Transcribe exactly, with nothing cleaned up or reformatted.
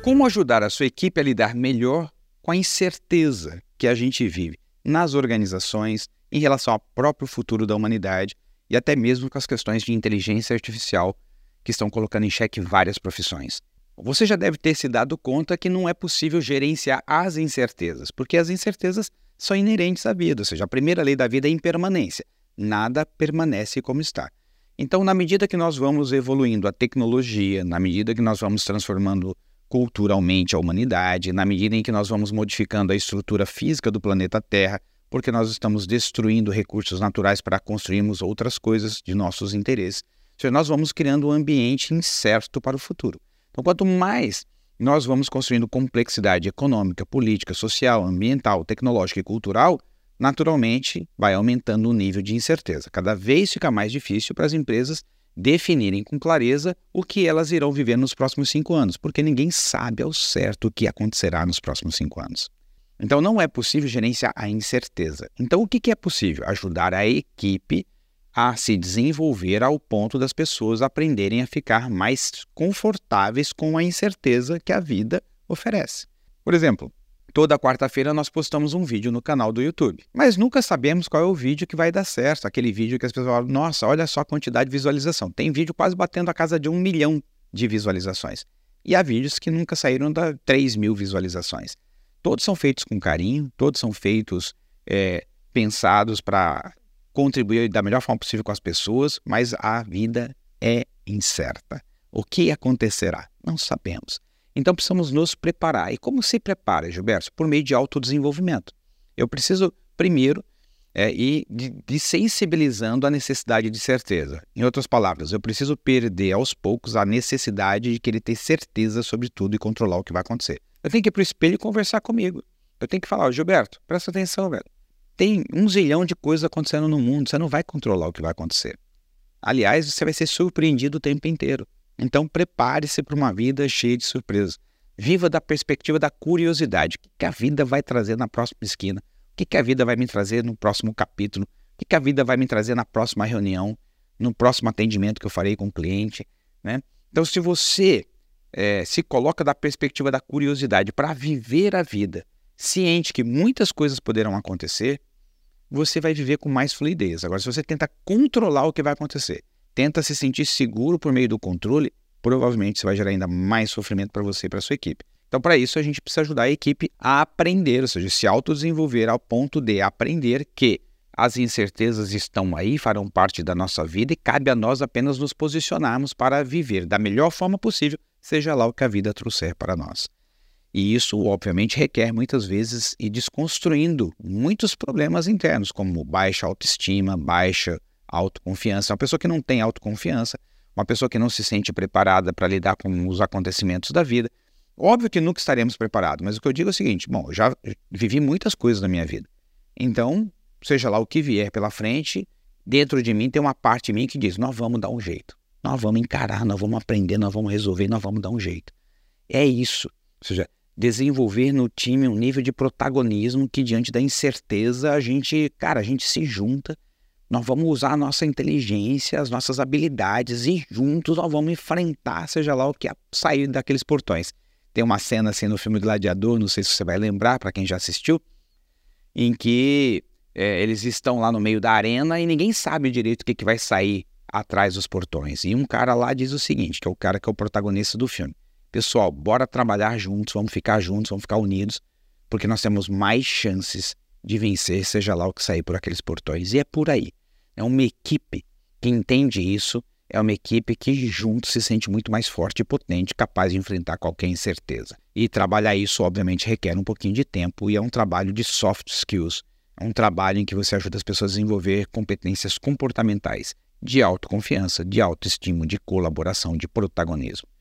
Como ajudar a sua equipe a lidar melhor com a incerteza que a gente vive nas organizações em relação ao próprio futuro da humanidade e até mesmo com as questões de inteligência artificial que estão colocando em xeque várias profissões. Você já deve ter se dado conta que não é possível gerenciar as incertezas, porque as incertezas são inerentes à vida, ou seja, a primeira lei da vida é a impermanência. Nada permanece como está. Então, na medida que nós vamos evoluindo a tecnologia, na medida que nós vamos transformando culturalmente a humanidade, na medida em que nós vamos modificando a estrutura física do planeta Terra, porque nós estamos destruindo recursos naturais para construirmos outras coisas de nossos interesses, ou seja, nós vamos criando um ambiente incerto para o futuro. Então, quanto mais nós vamos construindo complexidade econômica, política, social, ambiental, tecnológica e cultural, naturalmente vai aumentando o nível de incerteza. Cada vez fica mais difícil para as empresas definirem com clareza o que elas irão viver nos próximos cinco anos, porque ninguém sabe ao certo o que acontecerá nos próximos cinco anos. Então, não é possível gerenciar a incerteza. Então, o que é possível? Ajudar a equipe a se desenvolver ao ponto das pessoas aprenderem a ficar mais confortáveis com a incerteza que a vida oferece. Por exemplo, toda quarta-feira nós postamos um vídeo no canal do YouTube, mas nunca sabemos qual é o vídeo que vai dar certo, aquele vídeo que as pessoas falam, nossa, olha só a quantidade de visualização. Tem vídeo quase batendo a casa de um milhão de visualizações. E há vídeos que nunca saíram da três mil visualizações. Todos são feitos com carinho, todos são feitos é, pensados para contribuir da melhor forma possível com as pessoas, mas a vida é incerta. O que acontecerá? Não sabemos. Então precisamos nos preparar. E como se prepara, Gilberto? Por meio de autodesenvolvimento. Eu preciso, primeiro, é, ir de, de sensibilizando a necessidade de certeza. Em outras palavras, eu preciso perder aos poucos a necessidade de querer ter certeza sobre tudo e controlar o que vai acontecer. Eu tenho que ir para o espelho e conversar comigo. Eu tenho que falar, Gilberto, presta atenção, velho. Tem um zilhão de coisas acontecendo no mundo, você não vai controlar o que vai acontecer. Aliás, você vai ser surpreendido o tempo inteiro. Então, prepare-se para uma vida cheia de surpresas. Viva da perspectiva da curiosidade. O que a vida vai trazer na próxima esquina? O que a vida vai me trazer no próximo capítulo? O que a vida vai me trazer na próxima reunião? No próximo atendimento que eu farei com o cliente? Né? Então, se você é, se coloca da perspectiva da curiosidade para viver a vida, ciente que muitas coisas poderão acontecer, você vai viver com mais fluidez. Agora, se você tenta controlar o que vai acontecer, tenta se sentir seguro por meio do controle, provavelmente você vai gerar ainda mais sofrimento para você e para a sua equipe. Então, para isso, a gente precisa ajudar a equipe a aprender, ou seja, se autodesenvolver ao ponto de aprender que as incertezas estão aí, farão parte da nossa vida e cabe a nós apenas nos posicionarmos para viver da melhor forma possível, seja lá o que a vida trouxer para nós. E isso, obviamente, requer muitas vezes ir desconstruindo muitos problemas internos, como baixa autoestima, baixa autoconfiança. Uma pessoa que não tem autoconfiança, uma pessoa que não se sente preparada para lidar com os acontecimentos da vida. Óbvio que nunca estaremos preparados, mas o que eu digo é o seguinte, bom, eu já vivi muitas coisas na minha vida. Então, seja lá o que vier pela frente, dentro de mim tem uma parte de mim que diz, nós vamos dar um jeito. Nós vamos encarar, nós vamos aprender, nós vamos resolver, nós vamos dar um jeito. É isso. Ou seja, desenvolver no time um nível de protagonismo que diante da incerteza a gente, cara, a gente se junta, nós vamos usar a nossa inteligência, as nossas habilidades e juntos nós vamos enfrentar, seja lá o que sair daqueles portões. Tem uma cena assim no filme Gladiador, não sei se você vai lembrar, para quem já assistiu, em que é, eles estão lá no meio da arena e ninguém sabe direito o que, que vai sair atrás dos portões. E um cara lá diz o seguinte, que é o cara que é o protagonista do filme. Pessoal, bora trabalhar juntos, vamos ficar juntos, vamos ficar unidos, porque nós temos mais chances de vencer, seja lá o que sair por aqueles portões. E é por aí. É uma equipe que entende isso, é uma equipe que junto se sente muito mais forte e potente, capaz de enfrentar qualquer incerteza. E trabalhar isso, obviamente, requer um pouquinho de tempo e é um trabalho de soft skills. É um trabalho em que você ajuda as pessoas a desenvolver competências comportamentais, de autoconfiança, de autoestima, de colaboração, de protagonismo.